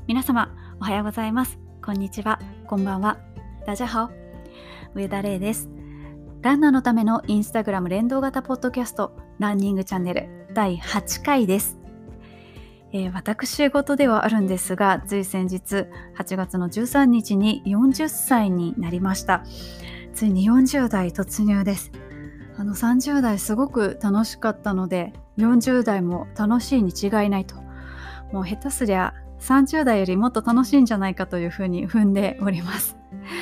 皆様おはようございます。こんにちは、こんばんは。大家好、上田玲です。ランナーのためのインスタグラム連動型ポッドキャストランニングチャンネル第8回です。私事ではあるんですが、つい先日8月の13日に40歳になりました。ついに40代突入です。30代すごく楽しかったので、40代も楽しいに違いないと。もう下手すりゃ30代よりもっと楽しいんじゃないかというふうに踏んでおります。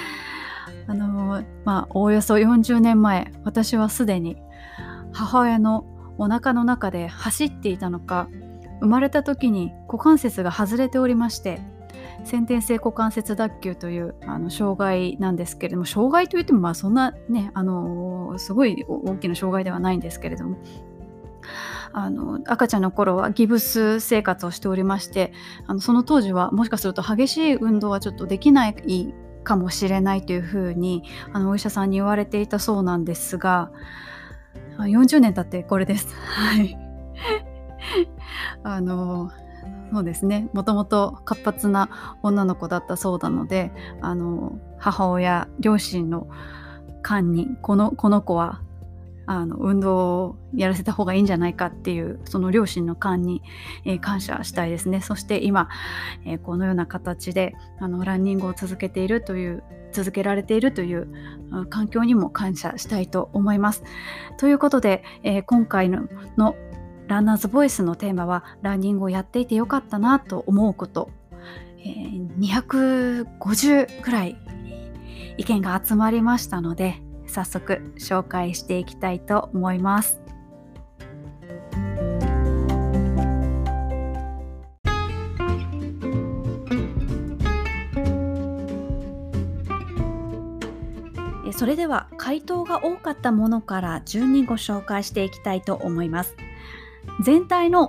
おおよそ40年前、私はすでに母親のお腹の中で走っていたのか、生まれた時に股関節が外れておりまして、先天性股関節脱臼という障害なんですけれども、障害といってもそんなねすごい大きな障害ではないんですけれども、赤ちゃんの頃はギブス生活をしておりまして、その当時はもしかすると激しい運動はちょっとできないかもしれないというふうにお医者さんに言われていたそうなんですが、40年経ってこれです。はいそうですね、もともと活発な女の子だったそうなので、母親両親の勘にこの子は運動をやらせた方がいいんじゃないかっていうその両親の勘に、感謝したいですね。そして今、このような形でランニングを続けられているという環境にも感謝したいと思います。ということで、今回のランナーズボイスのテーマは、ランニングをやっていてよかったなと思うこと、250くらい意見が集まりましたので、早速紹介していきたいと思います。それでは回答が多かったものから順にご紹介していきたいと思います。全体の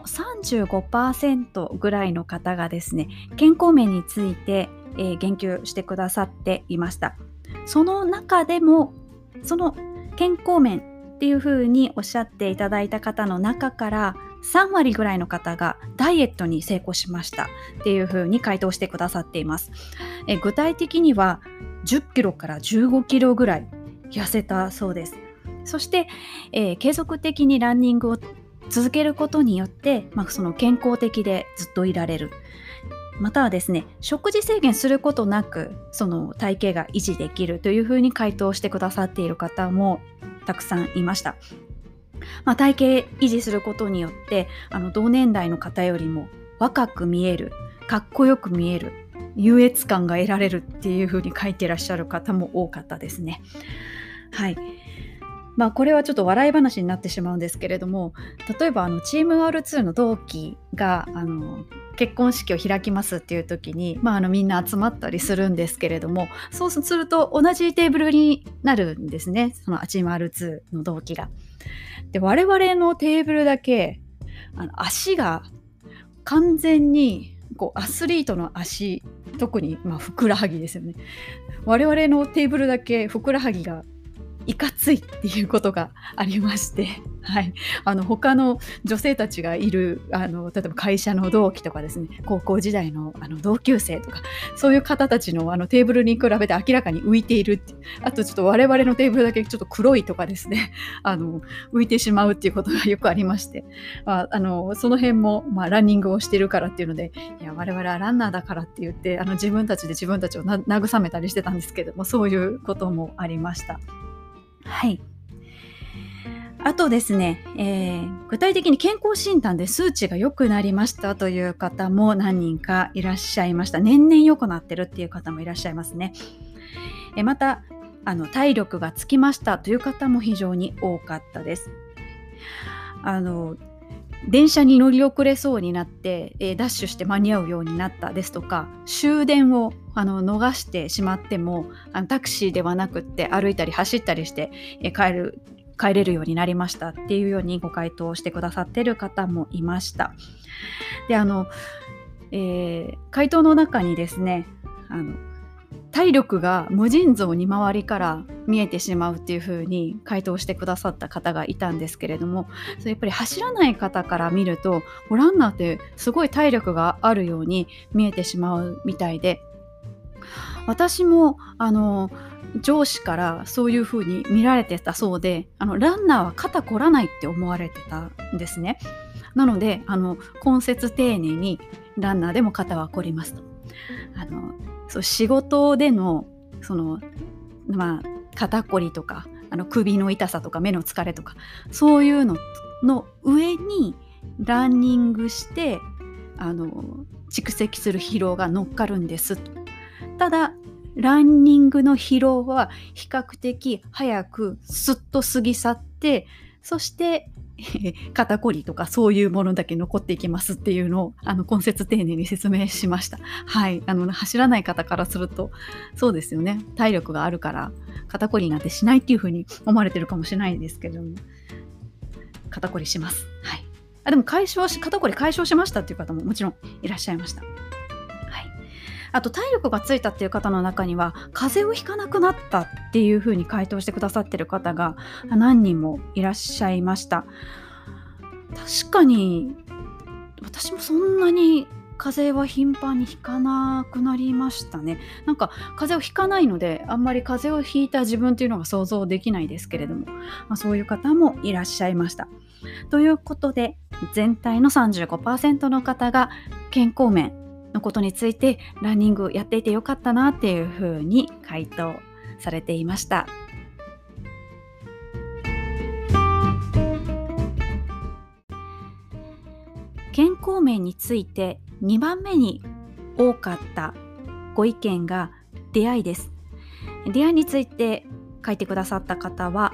35% ぐらいの方がですね、健康面について、言及してくださっていました。その中でもその健康面っていうふうにおっしゃっていただいた方の中から3割ぐらいの方がダイエットに成功しましたっていうふうに回答してくださっています。具体的には10キロから15キロぐらい痩せたそうです。そして、継続的にランニングを続けることによって、その健康的でずっといられる。またはですね、食事制限することなくその体型が維持できるというふうに回答してくださっている方もたくさんいました。体型維持することによって同年代の方よりも若く見える、かっこよく見える、優越感が得られるっていうふうに書いてらっしゃる方も多かったですね。はい。これはちょっと笑い話になってしまうんですけれども、例えばチーム R2 の同期が結婚式を開きますっていう時に、みんな集まったりするんですけれども、そうすると同じテーブルになるんですね、そのチーム R2 の同期が。で、我々のテーブルだけ足が完全にアスリートの足、特にふくらはぎですよね。我々のテーブルだけふくらはぎがいかついっていうことがありまして、はい、他の女性たちがいる例えば会社の同期とかですね、高校時代の同級生とか、そういう方たちのテーブルに比べて明らかに浮いているって、あとちょっと我々のテーブルだけちょっと黒いとかですね浮いてしまうっていうことがよくありまして、その辺も、ランニングをしているからっていうので、いや我々はランナーだからって言って自分たちで自分たちを慰めたりしてたんですけども、そういうこともありました。はい。あとですね、具体的に健康診断で数値が良くなりましたという方も何人かいらっしゃいました。年々良くなってるっていう方もいらっしゃいますね。また体力がつきましたという方も非常に多かったです。電車に乗り遅れそうになって、ダッシュして間に合うようになったですとか、終電を逃してしまってもタクシーではなくって歩いたり走ったりして、帰れるようになりましたっていうようにご回答してくださっている方もいました。で回答の中にですね、 体力が無尽蔵に周りから見えてしまうっていう風に回答してくださった方がいたんですけれども、それやっぱり走らない方から見るとランナーってすごい体力があるように見えてしまうみたいで、私も上司からそういう風に見られてたそうで、ランナーは肩凝らないって思われてたんですね。なので根節丁寧にランナーでも肩は凝りますと。そう仕事での肩こりとか首の痛さとか目の疲れとか、そういうのの上にランニングして蓄積する疲労が乗っかるんですと。ただランニングの疲労は比較的早くスッと過ぎ去って、そして肩こりとかそういうものだけ残っていきますっていうのを根節丁寧に説明しました。はい、走らない方からするとそうですよね、体力があるから肩こりなんてしないっていう風に思われてるかもしれないですけども、肩こりします。はい。でも肩こり解消しましたっていう方ももちろんいらっしゃいました。はい。あと体力がついたっていう方の中には風邪をひかなくなったっていう風に回答してくださってる方が何人もいらっしゃいました。確かに私もそんなに風邪は頻繁にひかなくなりましたね。なんか風邪をひかないのであんまり風邪をひいた自分っていうのが想像できないですけれども、そういう方もいらっしゃいました。ということで全体の 35% の方が健康面のことについてランニングやっていてよかったなっていうふうに回答されていました。健康面について2番目に多かったご意見が出会いです。出会いについて書いてくださった方は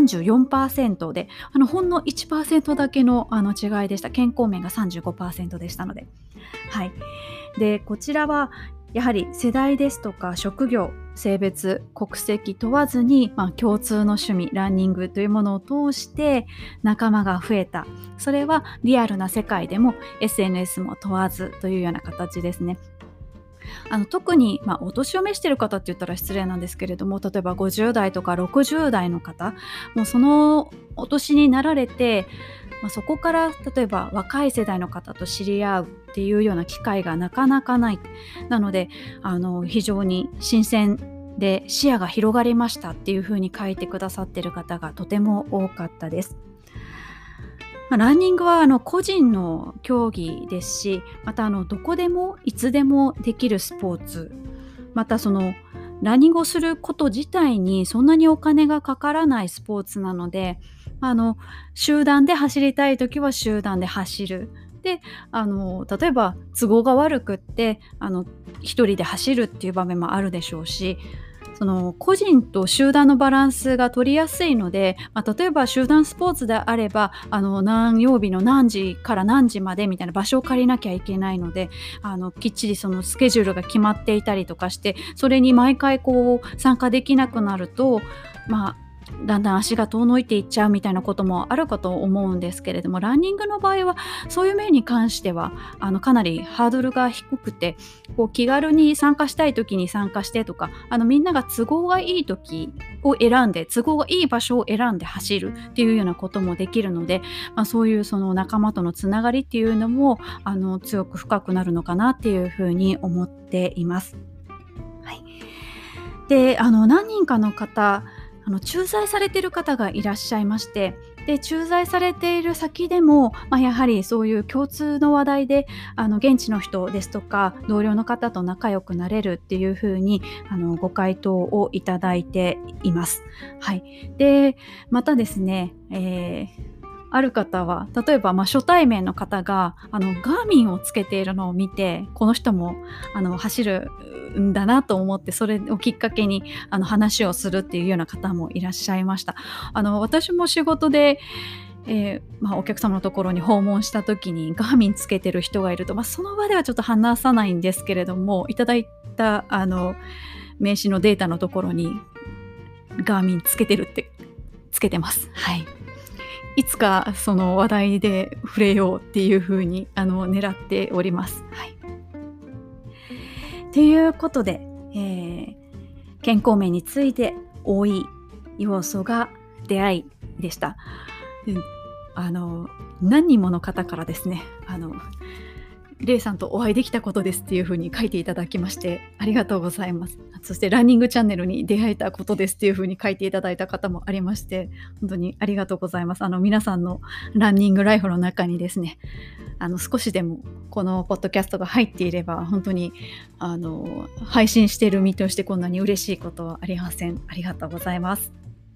34% で、ほんの 1% だけの違いでした。健康面が 35% でしたので、はい。でこちらはやはり世代ですとか職業、性別、国籍問わずに、共通の趣味ランニングというものを通して仲間が増えた。それはリアルな世界でも SNS も問わずというような形ですね。特に、お年を召している方って言ったら失礼なんですけれども、例えば50代とか60代の方、もうそのお年になられて、そこから例えば若い世代の方と知り合うっていうような機会がなかなかない。なので非常に新鮮で視野が広がりましたっていうふうに書いてくださっている方がとても多かったです。ランニングは個人の競技ですし、またどこでもいつでもできるスポーツ、またランニングをすること自体にそんなにお金がかからないスポーツなので、集団で走りたいときは集団で走る。で例えば都合が悪くって一人で走るっていう場面もあるでしょうし、個人と集団のバランスが取りやすいので、例えば集団スポーツであれば何曜日の何時から何時までみたいな場所を借りなきゃいけないので、きっちりそのスケジュールが決まっていたりとかして、それに毎回参加できなくなるとだんだん足が遠のいていっちゃうみたいなこともあるかと思うんですけれども、ランニングの場合はそういう面に関してはかなりハードルが低くて、気軽に参加したい時に参加してとか、みんなが都合がいい時を選んで、都合がいい場所を選んで走るっていうようなこともできるので、そういう仲間とのつながりっていうのも強く深くなるのかなっていうふうに思っています。はい。で何人かの方駐在されている方がいらっしゃいまして、で駐在されている先でも、やはりそういう共通の話題で現地の人ですとか同僚の方と仲良くなれるっていうふうにご回答をいただいています。はい。でまたですね、ある方は例えば初対面の方がガーミンをつけているのを見て、この人も走るんだなと思って、それをきっかけに話をするっていうような方もいらっしゃいました。私も仕事でお客様のところに訪問した時にガーミンつけてる人がいると、その場ではちょっと話さないんですけれども、いただいた名刺のデータのところにガーミンつけてるってつけてます。はい。いつかその話題で触れようっていうふうに狙っております。はい。ということで、 健康面について多い要素が出会いでした。何人もの方からですね、レイさんとお会いできたことですっていうふうに書いていただきましてありがとうございます。そしてランニングチャンネルに出会えたことですっていうふうに書いていただいた方もありまして本当にありがとうございます。皆さんのランニングライフの中にですね少しでもこのポッドキャストが入っていれば本当に配信している身としてこんなに嬉しいことはありません。ありがとうございます。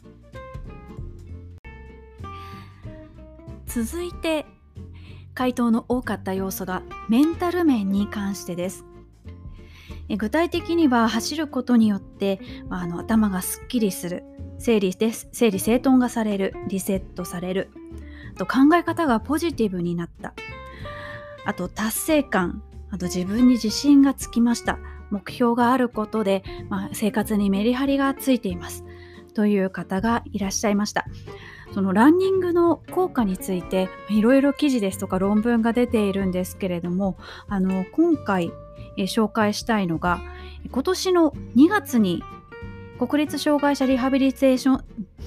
続いて回答の多かった要素がメンタル面に関してです。具体的には走ることによって、頭がすっきりする、整理整頓がされる、リセットされる、あと考え方がポジティブになった、あと達成感、あと自分に自信がつきました、目標があることで、生活にメリハリがついていますという方がいらっしゃいました。そのランニングの効果についていろいろ記事ですとか論文が出ているんですけれども、今回紹介したいのが今年の2月に国立障害者リハビリテーショ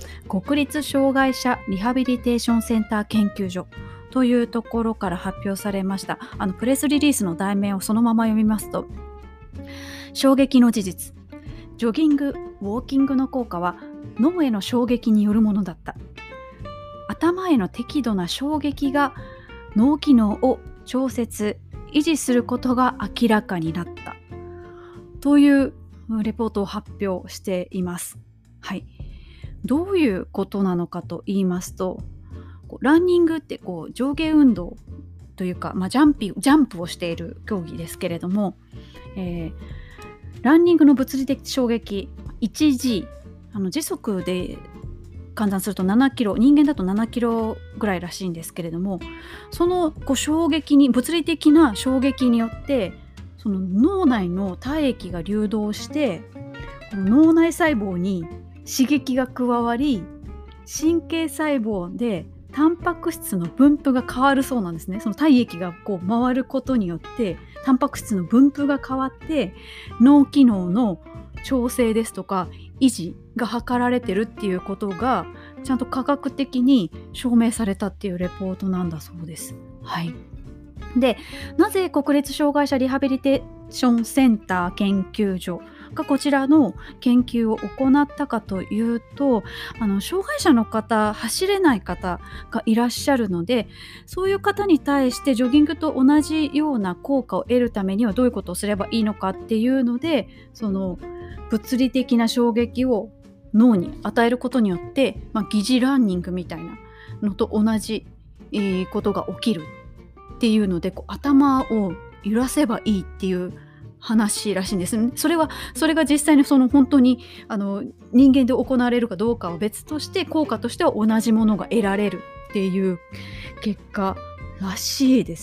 ンセンター研究所というところから発表されました。プレスリリースの題名をそのまま読みますと、衝撃の事実、ジョギング・ウォーキングの効果は脳への衝撃によるものだった。頭への適度な衝撃が脳機能を調節・維持することが明らかになったというレポートを発表しています。はい、どういうことなのかと言いますと、ランニングって上下運動というか、ジャンプをしている競技ですけれども、ランニングの物理的衝撃 1G、 時速で換算すると7キロ、人間だと7キロぐらいらしいんですけれども、その衝撃に、物理的な衝撃によってその脳内の体液が流動してこの脳内細胞に刺激が加わり、神経細胞でタンパク質の分布が変わるそうなんですね。その体液が回ることによってタンパク質の分布が変わって脳機能の調整ですとか維持が図られてるっていうことがちゃんと科学的に証明されたっていうレポートなんだそうです。はい。で、なぜ国立障害者リハビリテーションセンター研究所がこちらの研究を行ったかというと、障害者の方、走れない方がいらっしゃるので、そういう方に対してジョギングと同じような効果を得るためにはどういうことをすればいいのかっていうので、その物理的な衝撃を脳に与えることによって、疑似ランニングみたいなのと同じことが起きるっていうので、頭を揺らせばいいっていう話らしいんですね。それが実際に本当に人間で行われるかどうかは別として、効果としては同じものが得られるっていう結果らしいです。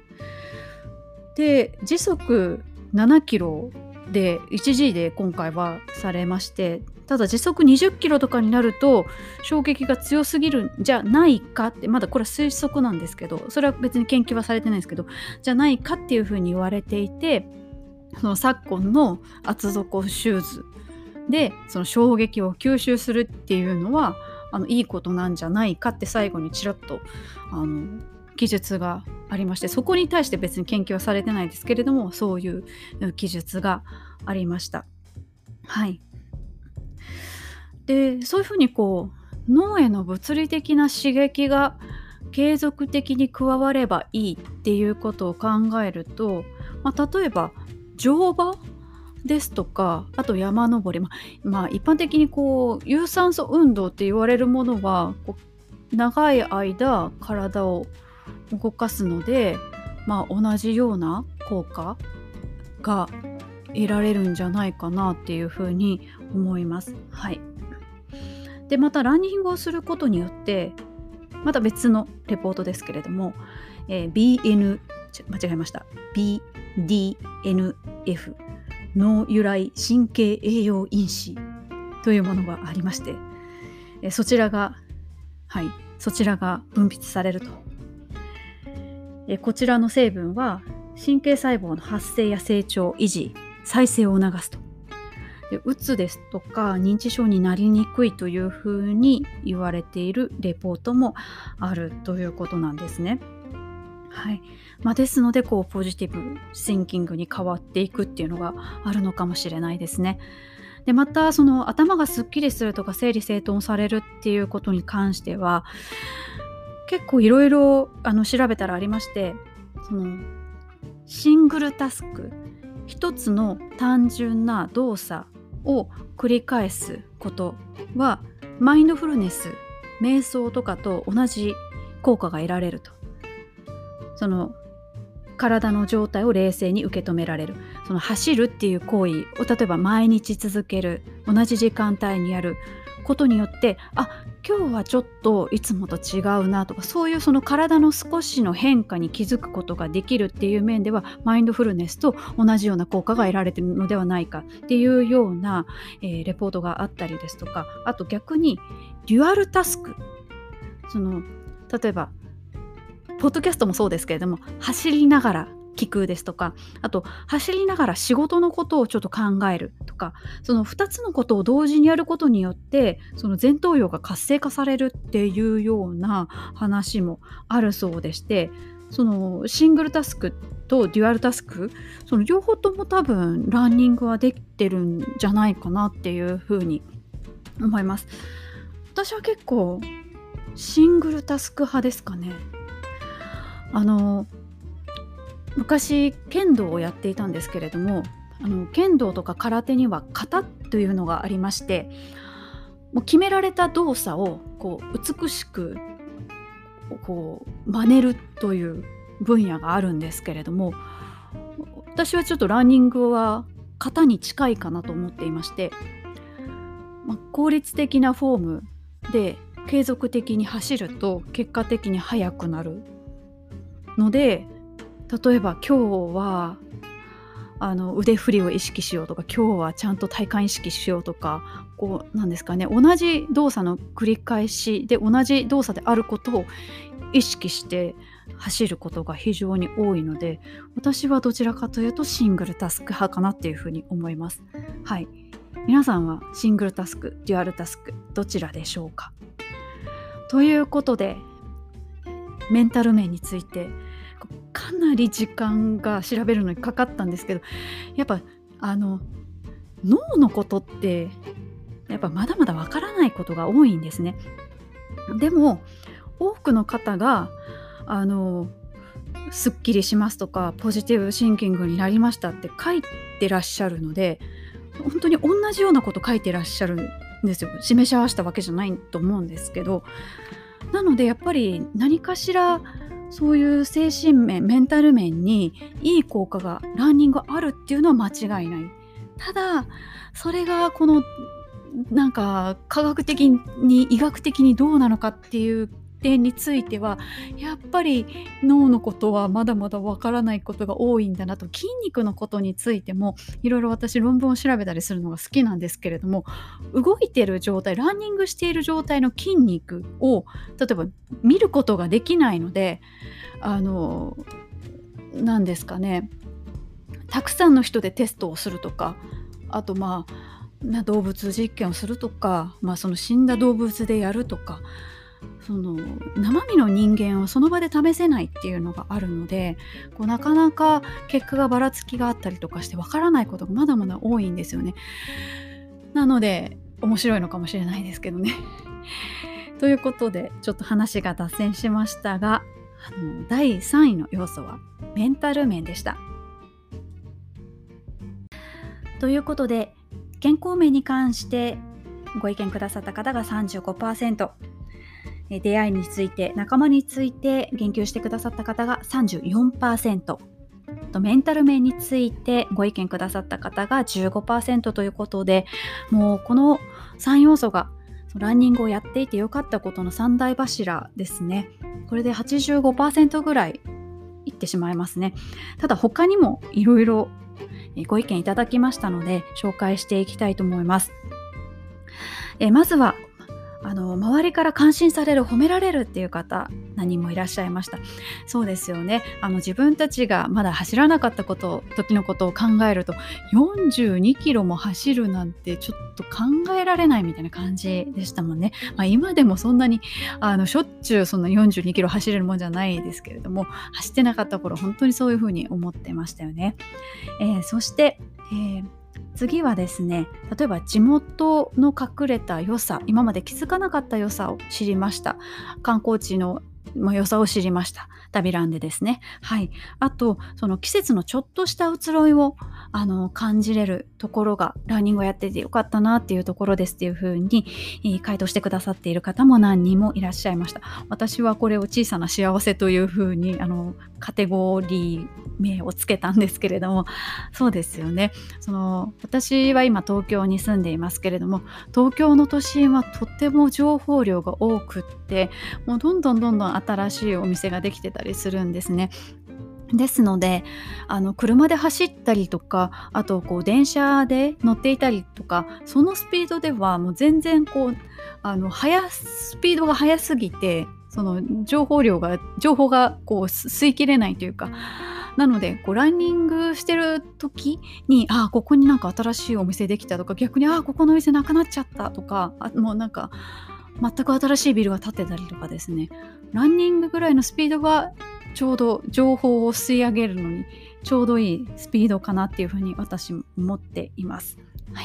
で、時速7キロで 1G で今回はされまして、ただ時速20キロとかになると衝撃が強すぎるんじゃないかって、まだこれは推測なんですけど、それは別に研究はされてないんですけど、じゃないかっていうふうに言われていて、その昨今の厚底シューズでその衝撃を吸収するっていうのはいいことなんじゃないかって最後にちらっと記述がありまして、そこに対して別に研究はされてないですけれども、そういう記述がありました。はい。で、そういうふうに脳への物理的な刺激が継続的に加わればいいっていうことを考えると、例えば乗馬ですとか、あと山登り、一般的に有酸素運動って言われるものは長い間体を動かすので、同じような効果が得られるんじゃないかなっていうふうに思います。はい。で、またランニングをすることによって、また別のレポートですけれども、BDNF 脳由来神経栄養因子というものがありまして、そちらが分泌されると。こちらの成分は神経細胞の発生や成長、維持、再生を促すと。 でうつですとか認知症になりにくいというふうに言われているレポートもあるということなんですね。はい。ですのでポジティブシンキングに変わっていくっていうのがあるのかもしれないですね。でまたその頭がすっきりするとか整理整頓されるっていうことに関しては結構いろいろ調べたらありまして、そのシングルタスク、一つの単純な動作を繰り返すことはマインドフルネス、瞑想とかと同じ効果が得られると。その体の状態を冷静に受け止められる。その走るっていう行為を例えば毎日続ける、同じ時間帯にやることによって、今日はちょっといつもと違うなとか、そういうその体の少しの変化に気づくことができるっていう面ではマインドフルネスと同じような効果が得られているのではないかっていうような、レポートがあったりですとか、あと逆にデュアルタスク、例えばポッドキャストもそうですけれども、走りながら聞くですとか、あと走りながら仕事のことをちょっと考えるとか、その2つのことを同時にやることによってその前頭葉が活性化されるっていうような話もあるそうでして、そのシングルタスクとデュアルタスク、その両方とも多分ランニングはできてるんじゃないかなっていうふうに思います。私は結構シングルタスク派ですかね。昔剣道をやっていたんですけれども、剣道とか空手には型というのがありまして、もう決められた動作を美しく真似るという分野があるんですけれども、私はちょっとランニングは型に近いかなと思っていまして、効率的なフォームで継続的に走ると結果的に速くなるので、例えば今日は腕振りを意識しようとか、今日はちゃんと体幹意識しようとか、なんですかね、同じ動作の繰り返しで同じ動作であることを意識して走ることが非常に多いので、私はどちらかというとシングルタスク派かなっていうふうに思います。はい。皆さんはシングルタスク、デュアルタスク、どちらでしょうか？ということで、メンタル面についてかなり時間が調べるのにかかったんですけど、やっぱ脳のことってやっぱまだまだわからないことが多いんですね。でも多くの方がすっきりしますとかポジティブシンキングになりましたって書いてらっしゃるので、本当に同じようなこと書いてらっしゃるんですよ。示し合わせたわけじゃないと思うんですけど、なのでやっぱり何かしらそういう精神面、メンタル面にいい効果がランニングあるっていうのは間違いない。ただそれがなんか科学的に医学的にどうなのかっていう点についてはやっぱり脳のことはまだまだわからないことが多いんだなと。筋肉のことについてもいろいろ私論文を調べたりするのが好きなんですけれども、動いてる状態、ランニングしている状態の筋肉を例えば見ることができないので、なんですかね、たくさんの人でテストをするとか、あと動物実験をするとか、その死んだ動物でやるとか、その生身の人間をその場で試せないっていうのがあるので、なかなか結果がばらつきがあったりとかしてわからないことがまだまだ多いんですよね。なので面白いのかもしれないですけどねということでちょっと話が脱線しましたが、第3位の要素はメンタル面でした。ということで健康面に関してご意見くださった方が 35%、出会いについて仲間について言及してくださった方が 34%、メンタル面についてご意見くださった方が 15% ということで、もうこの3要素がランニングをやっていてよかったことの3大柱ですね。これで 85% ぐらいいってしまいますね。ただ他にもいろいろご意見いただきましたので紹介していきたいと思います。まずは周りから感心される、褒められるっていう方、何人もいらっしゃいました。そうですよね。自分たちがまだ走らなかった時のことを考えると、42キロも走るなんてちょっと考えられないみたいな感じでしたもんね。今でもそんなにしょっちゅうそんな42キロ走れるもんじゃないですけれども、走ってなかった頃本当にそういうふうに思ってましたよね。そして、次はですね、例えば地元の隠れた良さ、今まで気づかなかった良さを知りました。観光地の良さを知りました。旅ランでですね。はい。あと、その季節のちょっとした移ろいを感じれるところが、ランニングをやっててよかったなっていうところですっていう風に、回答してくださっている方も何人もいらっしゃいました。私はこれを小さな幸せという風にカテゴリー名をつけたんですけれども、そうですよね。私は今東京に住んでいますけれども、東京の都心はとっても情報量が多くって、もうどんどん新しいお店ができてたりするんですね。ですので車で走ったりとか、あと電車で乗っていたりとか、そのスピードではもう全然スピードが速すぎて、その情報が吸いきれないというか、なのでランニングしてる時にここになんか新しいお店できたとか、逆にここのお店なくなっちゃったとか、もうなんか全く新しいビルが建ってたりとかですね、ランニングぐらいのスピードがちょうど情報を吸い上げるのにちょうどいいスピードかなっていうふうに私も思っています。はい。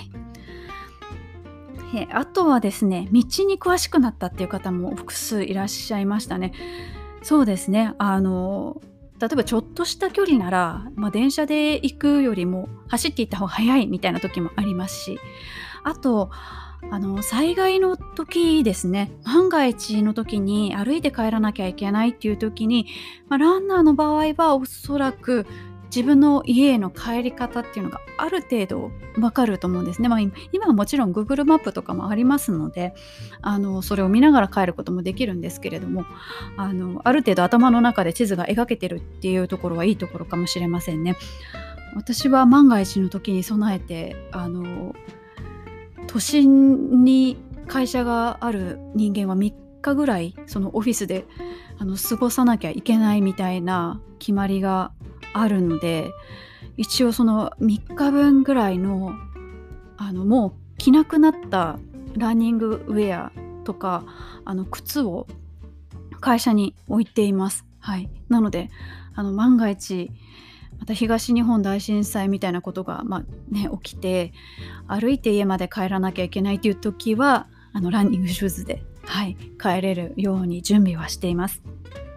あとはですね、道に詳しくなったっていう方も複数いらっしゃいましたね。そうですね。例えばちょっとした距離なら、電車で行くよりも走って行った方が早いみたいな時もありますし、あと災害の時ですね、万が一の時に歩いて帰らなきゃいけないっていう時に、ランナーの場合はおそらく自分の家への帰り方っていうのがある程度わかると思うんですね。今はもちろん Google マップとかもありますので、それを見ながら帰ることもできるんですけれども、ある程度頭の中で地図が描けてるっていうところはいいところかもしれませんね。私は万が一の時に備えて都心に会社がある人間は3日ぐらいそのオフィスで過ごさなきゃいけないみたいな決まりがあるので、一応その3日分ぐらいのもう着なくなったランニングウェアとか靴を会社に置いています。はい。なので万が一また東日本大震災みたいなことが起きて歩いて家まで帰らなきゃいけないという時はランニングシューズで、帰れるように準備はしています。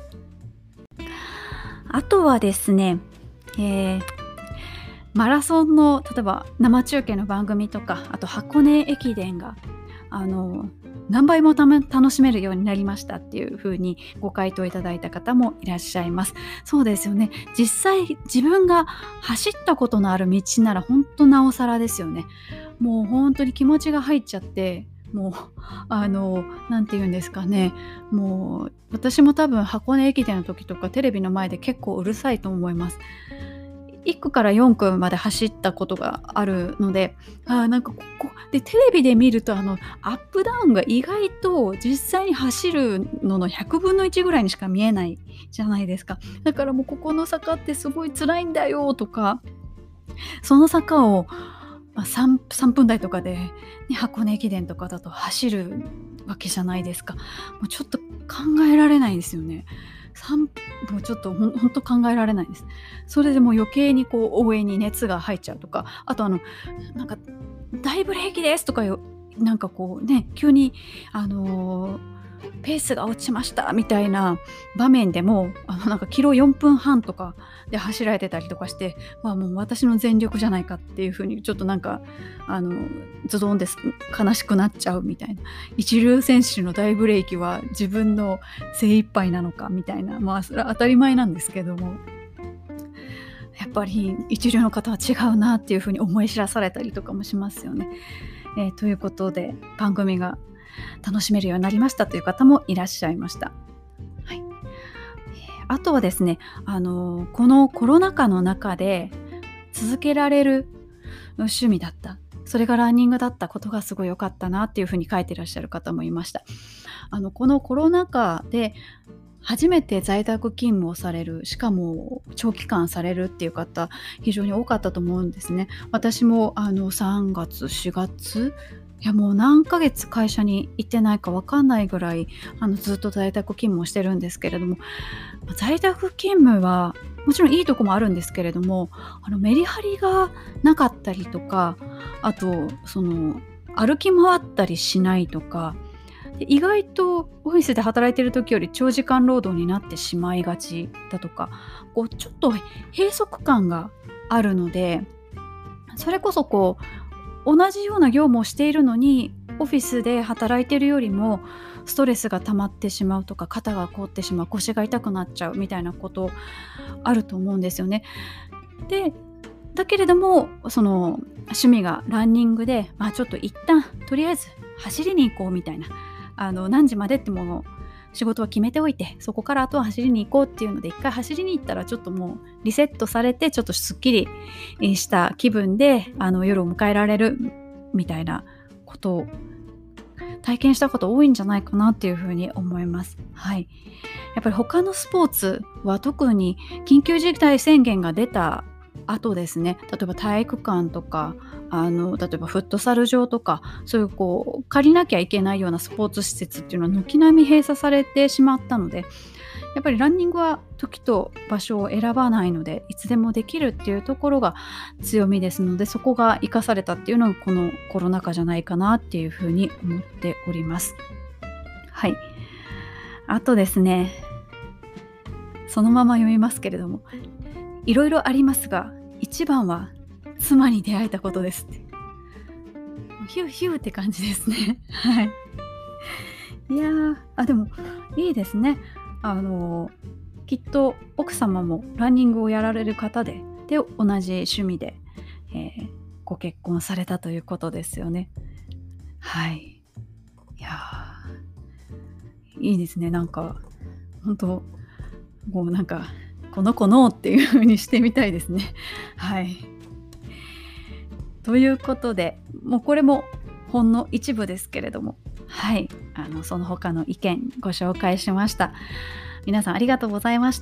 あとはですね、マラソンの例えば生中継の番組とか、あと箱根駅伝が何倍も楽しめるようになりましたっていう風にご回答いただいた方もいらっしゃいます。そうですよね。実際自分が走ったことのある道なら本当なおさらですよね。もう本当に気持ちが入っちゃって、もうなんて言うんですかね、もう私も多分箱根駅伝の時とかテレビの前で結構うるさいと思います。1区から4区まで走ったことがあるので、なんかここでテレビで見るとアップダウンが意外と実際に走るのの100分の1ぐらいにしか見えないじゃないですか。だからもうここの坂ってすごい辛いんだよとか、その坂を3分台とかで、箱根駅伝とかだと走るわけじゃないですか。もうちょっと考えられないですよね。もうちょっとほんと考えられないです。それでもう余計に応援に熱が入っちゃうとか、あとなんか大ブレーキですとかなんか急にペースが落ちましたみたいな場面でもなんかキロ4分半とかで走られてたりとかして、もう私の全力じゃないかっていう風にちょっとなんかズドンです悲しくなっちゃうみたいな、一流選手の大ブレーキは自分の精一杯なのかみたいな、それは当たり前なんですけども、やっぱり一流の方は違うなっていう風に思い知らされたりとかもしますよね。ということで番組が楽しめるようになりましたという方もいらっしゃいました。はい。あとはですね、このコロナ禍の中で続けられる趣味だったそれがランニングだったことがすごい良かったなっていうふうに書いてらっしゃる方もいました。このコロナ禍で初めて在宅勤務をされる、しかも長期間されるっていう方非常に多かったと思うんですね。私も3月4月、いやもう何ヶ月会社に行ってないか分かんないぐらいずっと在宅勤務をしてるんですけれども、在宅勤務はもちろんいいとこもあるんですけれども、メリハリがなかったりとか、あと歩き回ったりしないとか、で意外とオフィスで働いてる時より長時間労働になってしまいがちだとか、ちょっと閉塞感があるので、それこそ同じような業務をしているのにオフィスで働いているよりもストレスが溜まってしまうとか、肩が凝ってしまう、腰が痛くなっちゃうみたいなことあると思うんですよね。でだけれども趣味がランニングで、ちょっと一旦とりあえず走りに行こうみたいな、何時までってもの仕事は決めておいて、そこからあとは走りに行こうっていうので、一回走りに行ったらちょっともうリセットされて、ちょっとすっきりした気分で夜を迎えられるみたいなことを体験したこと多いんじゃないかなっていうふうに思います。はい。やっぱり他のスポーツは特に緊急事態宣言が出た後ですね、例えば体育館とか例えばフットサル場とか、そういう借りなきゃいけないようなスポーツ施設っていうのは軒並み閉鎖されてしまったので、やっぱりランニングは時と場所を選ばないので、いつでもできるっていうところが強みですので、そこが生かされたっていうのがこのコロナ禍じゃないかなっていうふうに思っております。はい。あとですね、そのまま読みますけれども、いろいろありますが、一番は妻に出会えたことですって。ヒューヒューって感じですね。はい。いやでもいいですね。きっと奥様もランニングをやられる方で、同じ趣味で、ご結婚されたということですよね。はい。いやいいですね。なんか本当なんかこの子のっていう風にしてみたいですね。はい。ということで、もうこれもほんの一部ですけれども、はい、その他の意見ご紹介しました。皆さんありがとうございました。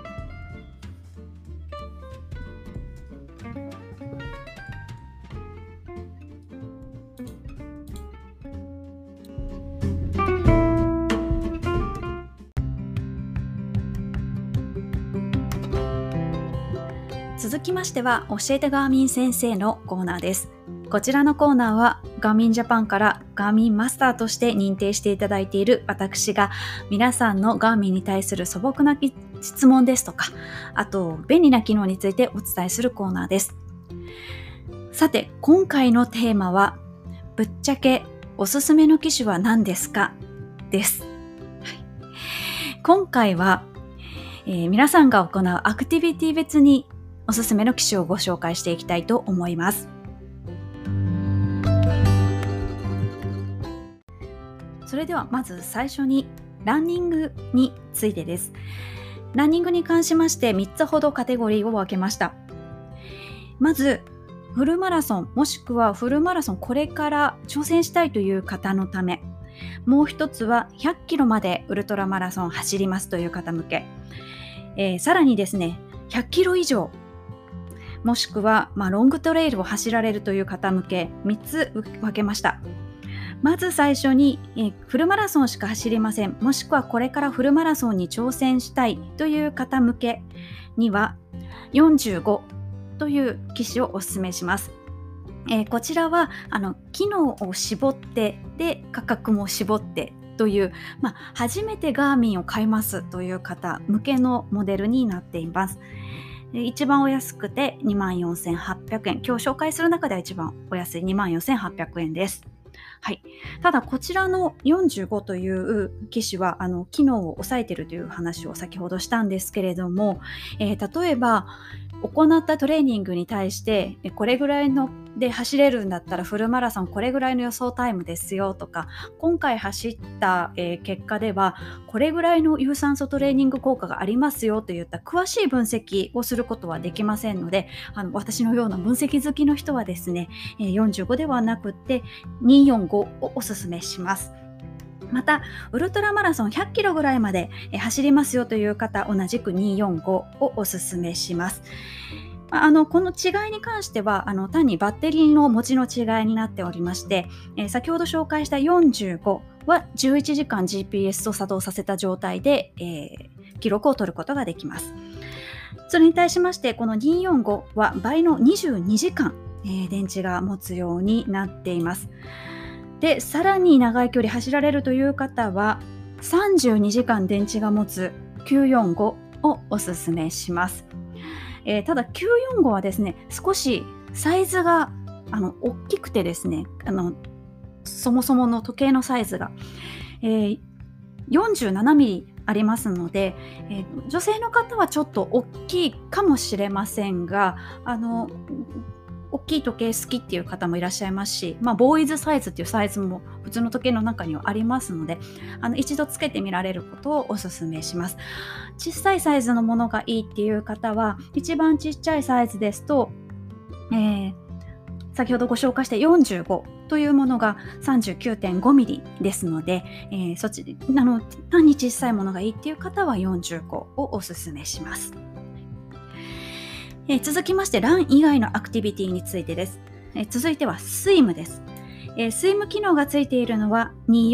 続きましては、教えてガーミン先生のコーナーです。こちらのコーナーはガーミンジャパンからガーミンマスターとして認定していただいている私が、皆さんのガーミンに対する素朴な質問ですとか、あと便利な機能についてお伝えするコーナーです。さて、今回のテーマは、ぶっちゃけおすすめの機種は何ですかです。はい、今回は、皆さんが行うアクティビティ別におすすめの機種をご紹介していきたいと思います。それではまず最初にランニングについてです。ランニングに関しまして3つほどカテゴリーを分けました。まずフルマラソン、もしくはフルマラソンこれから挑戦したいという方のため、もう一つは100キロまでウルトラマラソン走りますという方向け、さらにですね、100キロ以上もしくは、ロングトレイルを走られるという方向け3つ分けました。まず最初に、フルマラソンしか走りません、もしくはこれからフルマラソンに挑戦したいという方向けには45という機種をお勧めします。こちらは機能を絞ってで価格も絞ってという、初めてガーミンを買いますという方向けのモデルになっています。一番お安くて 24,800 円。今日紹介する中では一番お安い 24,800 円です。はい。ただこちらの45という機種は機能を抑えているという話を先ほどしたんですけれども、例えば行ったトレーニングに対してこれぐらいので走れるんだったらフルマラソンこれぐらいの予想タイムですよとか、今回走った、結果ではこれぐらいの有酸素トレーニング効果がありますよといった詳しい分析をすることはできませんので、私のような分析好きの人はですね、45ではなくて245をおすすめします。またウルトラマラソン100キロぐらいまで走りますよという方、同じく245をおすすめします。この違いに関しては単にバッテリーの持ちの違いになっておりまして、先ほど紹介した45は11時間 GPS を作動させた状態で、記録を取ることができます。それに対しましてこの245は倍の22時間、電池が持つようになっています。で、さらに長い距離走られるという方は32時間電池が持つ945をおすすめします。ただ945はですね、少しサイズが大きくてですね、そもそもの時計のサイズが、47ミリありますので、女性の方はちょっと大きいかもしれませんが、大きい時計好きっていう方もいらっしゃいますし、ボーイズサイズっていうサイズも普通の時計の中にはありますので、一度つけてみられることをお勧めします。小さいサイズのものがいいっていう方は、一番ちっちゃいサイズですと、先ほどご紹介した45というものが 39.5 ミリですので、そっち単に小さいものがいいっていう方は45をお勧めします。続きましてラン以外のアクティビティについてです。続いてはスイムです。スイム機能がついているのは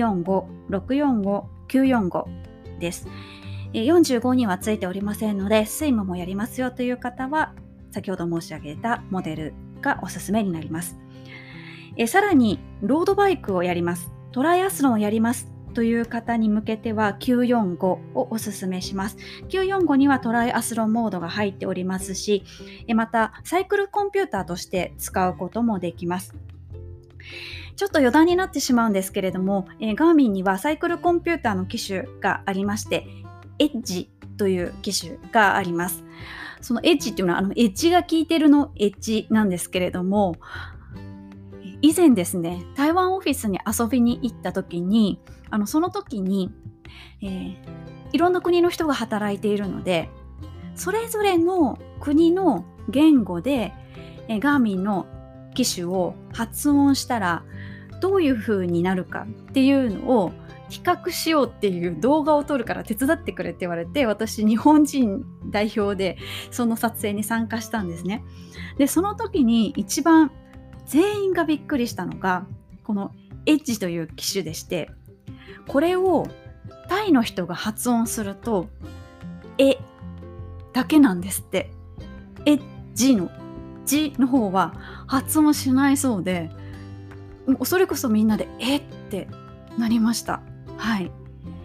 245、645、945です。45にはついておりませんので、スイムもやりますよという方は先ほど申し上げたモデルがおすすめになります。さらにロードバイクをやります、トライアスロンをやりますという方に向けては945をおすすめします。945にはトライアスロンモードが入っておりますし、またサイクルコンピューターとして使うこともできます。ちょっと余談になってしまうんですけれども、ガーミンにはサイクルコンピューターの機種がありまして、エッジという機種があります。そのエッジっていうのはエッジが効いてるのエッジなんですけれども、以前ですね、台湾オフィスに遊びに行った時にその時に、いろんな国の人が働いているので、それぞれの国の言語で、ガーミンの機種を発音したらどういう風になるかっていうのを比較しようっていう動画を撮るから手伝ってくれって言われて、私日本人代表でその撮影に参加したんですね。で、その時に一番全員がびっくりしたのがこのエッジという機種でして、これをタイの人が発音するとえだけなんですって。エッジの字の方は発音しないそうで、それこそみんなでえってなりました。はい。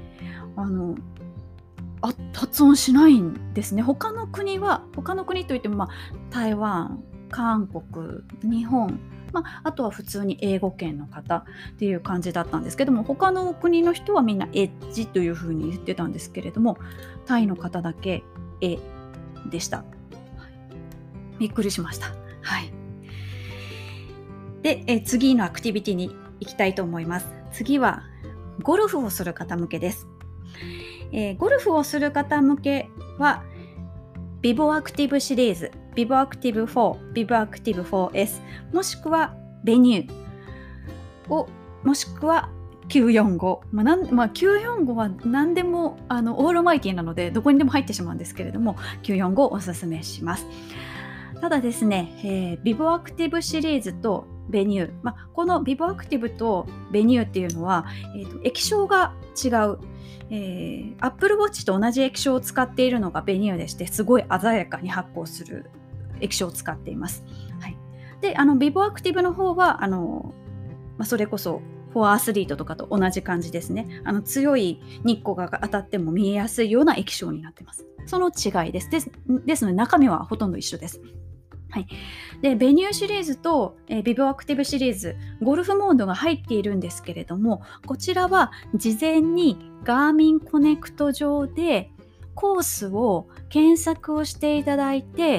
発音しないんですね。他の国といっても、台湾、韓国、日本、あとは普通に英語圏の方っていう感じだったんですけども、他の国の人はみんなエッジというふうに言ってたんですけれども、タイの方だけえでした。びっくりしました。はい。で、次のアクティビティに行きたいと思います。次はゴルフをする方向けです。ゴルフをする方向けはビボアクティブシリーズ、ビボアクティブ4、ビボアクティブ 4S、もしくはベニューを、もしくは945、945は何でもオールマイティなのでどこにでも入ってしまうんですけれども、945をおすすめします。ただですね、ビボアクティブシリーズとベニュー、このビボアクティブとベニューっていうのは、液晶が違う、Apple Watch と同じ液晶を使っているのがベニューでして、すごい鮮やかに発光する液晶を使っています。はい、でビボアクティブの方はそれこそフォアアスリートとかと同じ感じですね。強い日光が当たっても見えやすいような液晶になっています。その違いです。ですので中身はほとんど一緒です。はい、でベニューシリーズと、ビボアクティブシリーズ、ゴルフモードが入っているんですけれども、こちらは事前にガーミンコネクト上でコースを検索をしていただいて、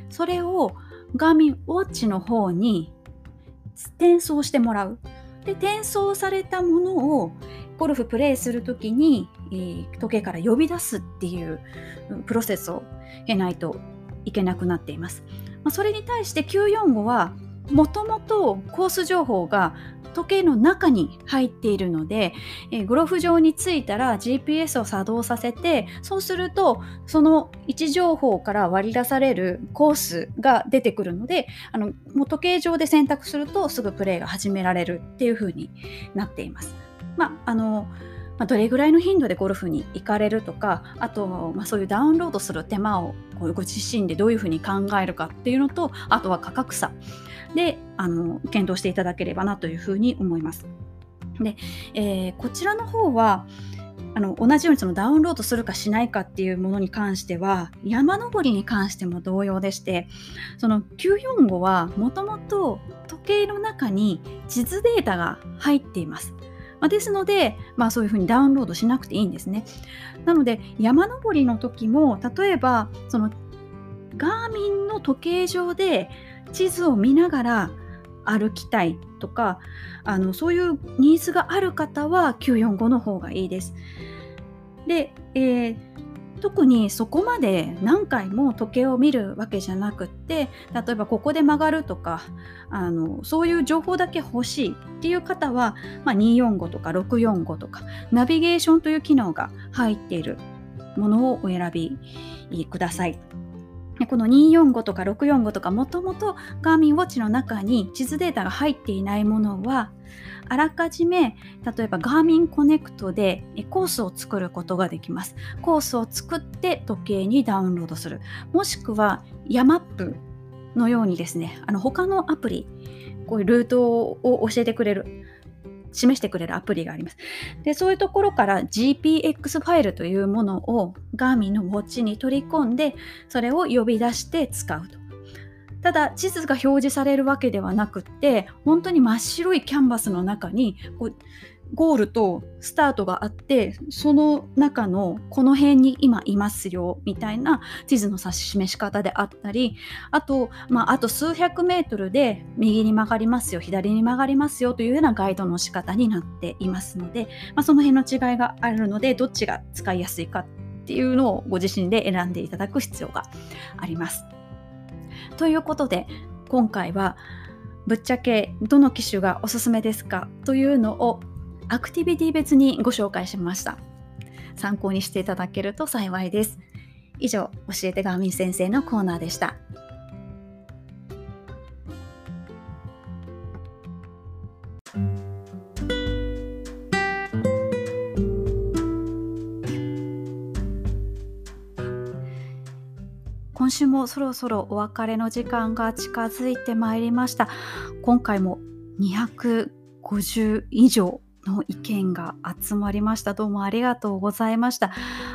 それをガーミンウォッチの方に転送してもらう。で、転送されたものをゴルフプレイするときに、時計から呼び出すっていうプロセスを経ないといけなくなっています。それに対して945はもともとコース情報が時計の中に入っているので、ゴルフ場に着いたら GPS を作動させて、そうするとその位置情報から割り出されるコースが出てくるので、もう時計上で選択するとすぐプレーが始められるっていう風になっています。どれぐらいの頻度でゴルフに行かれるとか、あと、そういうダウンロードする手間をご自身でどういうふうに考えるかっていうのと、あとは価格差で検討していただければなというふうに思います。で、こちらの方は同じようにそのダウンロードするかしないかっていうものに関しては、山登りに関しても同様でして、その945はもともと時計の中に地図データが入っています。ですので、そういうふうにダウンロードしなくていいんですね。なので山登りの時も、例えばそのガーミンの時計上で地図を見ながら歩きたいとか、そういうニーズがある方は945の方がいいです。で、特にそこまで何回も時計を見るわけじゃなくって、例えばここで曲がるとか、そういう情報だけ欲しいっていう方は、245とか645とかナビゲーションという機能が入っているものをお選びください。でこの245とか645とか、もともとガーミンウォッチの中に地図データが入っていないものは、あらかじめ例えばガーミンコネクトでコースを作ることができます。コースを作って時計にダウンロードする、もしくはヤマップのようにですね、他のアプリ、こういうルートを教えてくれる、示してくれるアプリがあります。で、そういうところから GPX ファイルというものをガーミンのウォッチに取り込んで、それを呼び出して使うと。ただ地図が表示されるわけではなくって、本当に真っ白いキャンバスの中にゴールとスタートがあって、その中のこの辺に今いますよみたいな地図の指し示し方であったり、あと数百メートルで右に曲がりますよ、左に曲がりますよというようなガイドの仕方になっていますので、その辺の違いがあるので、どっちが使いやすいかっていうのをご自身で選んでいただく必要があります。ということで、今回はぶっちゃけどの機種がおすすめですかというのをアクティビティ別にご紹介しました。参考にしていただけると幸いです。以上、教えてガーミン先生のコーナーでした。今週もそろそろお別れの時間が近づいてまいりました。今回も250以上の意見が集まりました。どうもありがとうございました。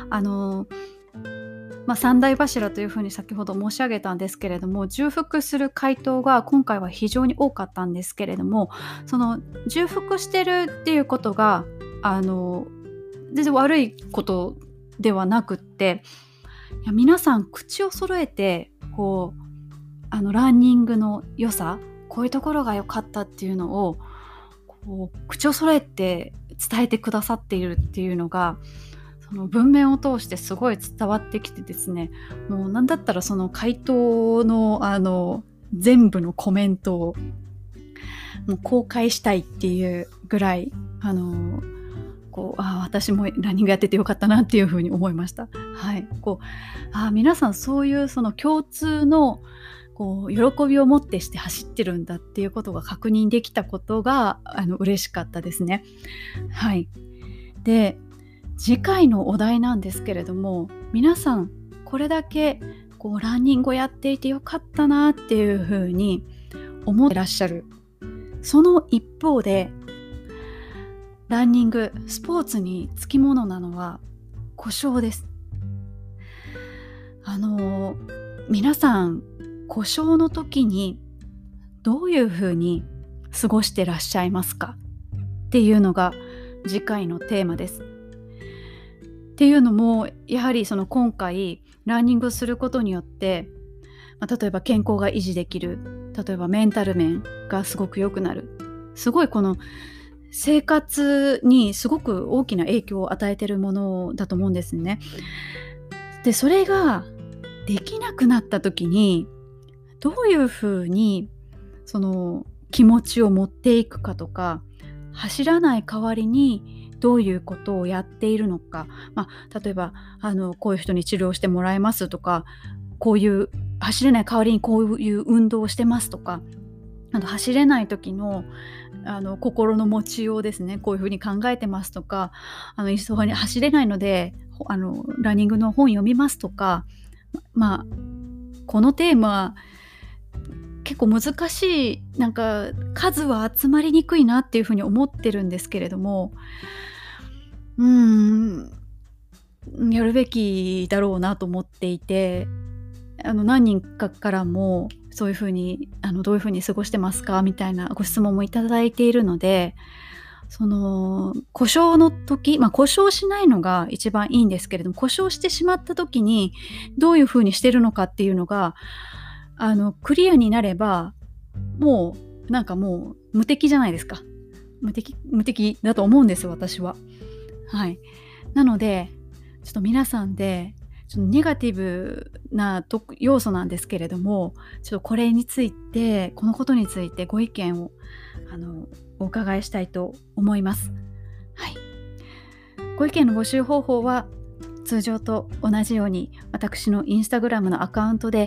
三大柱というふうに先ほど申し上げたんですけれども、重複する回答が今回は非常に多かったんですけれども、その重複してるっていうことが全然悪いことではなくって、皆さん口を揃えてランニングの良さ、こういうところが良かったっていうのを口を揃えて伝えてくださっているっていうのが、その文面を通してすごい伝わってきてですね、もうなんだったらその回答の全部のコメントをもう公開したいっていうぐらい私もランニングやっててよかったなっていうふうに思いました。はい、皆さんそういうその共通の喜びを持ってして走ってるんだっていうことが確認できたことが嬉しかったですね。はい。で、次回のお題なんですけれども、皆さんこれだけランニングをやっていてよかったなっていうふうに思ってらっしゃる。その一方で、ランニング、スポーツにつきものなのは故障です。皆さん故障の時にどういうふうに過ごしてらっしゃいますかっていうのが次回のテーマです。っていうのも、やはりその今回ランニングすることによって、 例えば健康が維持できる、例えばメンタル面がすごく良くなる、すごいこの生活にすごく大きな影響を与えているものだと思うんですね。でそれができなくなった時にどういうふうにその気持ちを持っていくかとか、走らない代わりにどういうことをやっているのか、例えばこういう人に治療してもらえますとか、こういう走れない代わりにこういう運動をしてますとか、走れない時の心の持ちようですね、こういうふうに考えてますとか、急がに走れないのでランニングの本読みますとか、このテーマ結構難しい、なんか数は集まりにくいなっていうふうに思ってるんですけれども、やるべきだろうなと思っていて、何人かからもそういうふうにどういうふうに過ごしてますかみたいなご質問もいただいているので、その故障の時、故障しないのが一番いいんですけれども、故障してしまった時にどういうふうにしてるのかっていうのがクリアになれば、もう無敵じゃないですか。無敵だと思うんです私は。はい。なのでちょっと皆さんでちょっとネガティブな要素なんですけれども、ちょっとこのことについてご意見をお伺いしたいと思います。はい。ご意見の募集方法は通常と同じように私のインスタグラムのアカウントで、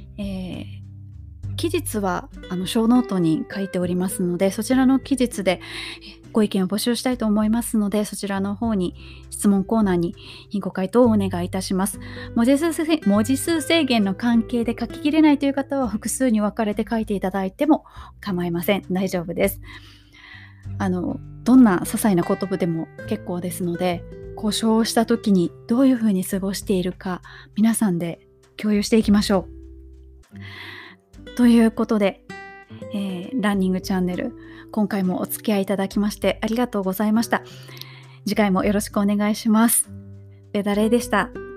期日は小ノートに書いておりますので、そちらの期日でご意見を募集したいと思いますので、そちらの方に質問コーナーにご回答をお願いいたします。文字数制限の関係で書ききれないという方は複数に分かれて書いていただいても構いません。大丈夫です。どんな些細なことでも結構ですので、故障した時にどういうふうに過ごしているか皆さんで共有していきましょう。ということで、ランニングチャンネル、今回もお付き合いいただきましてありがとうございました。次回もよろしくお願いします。ベダレイでした。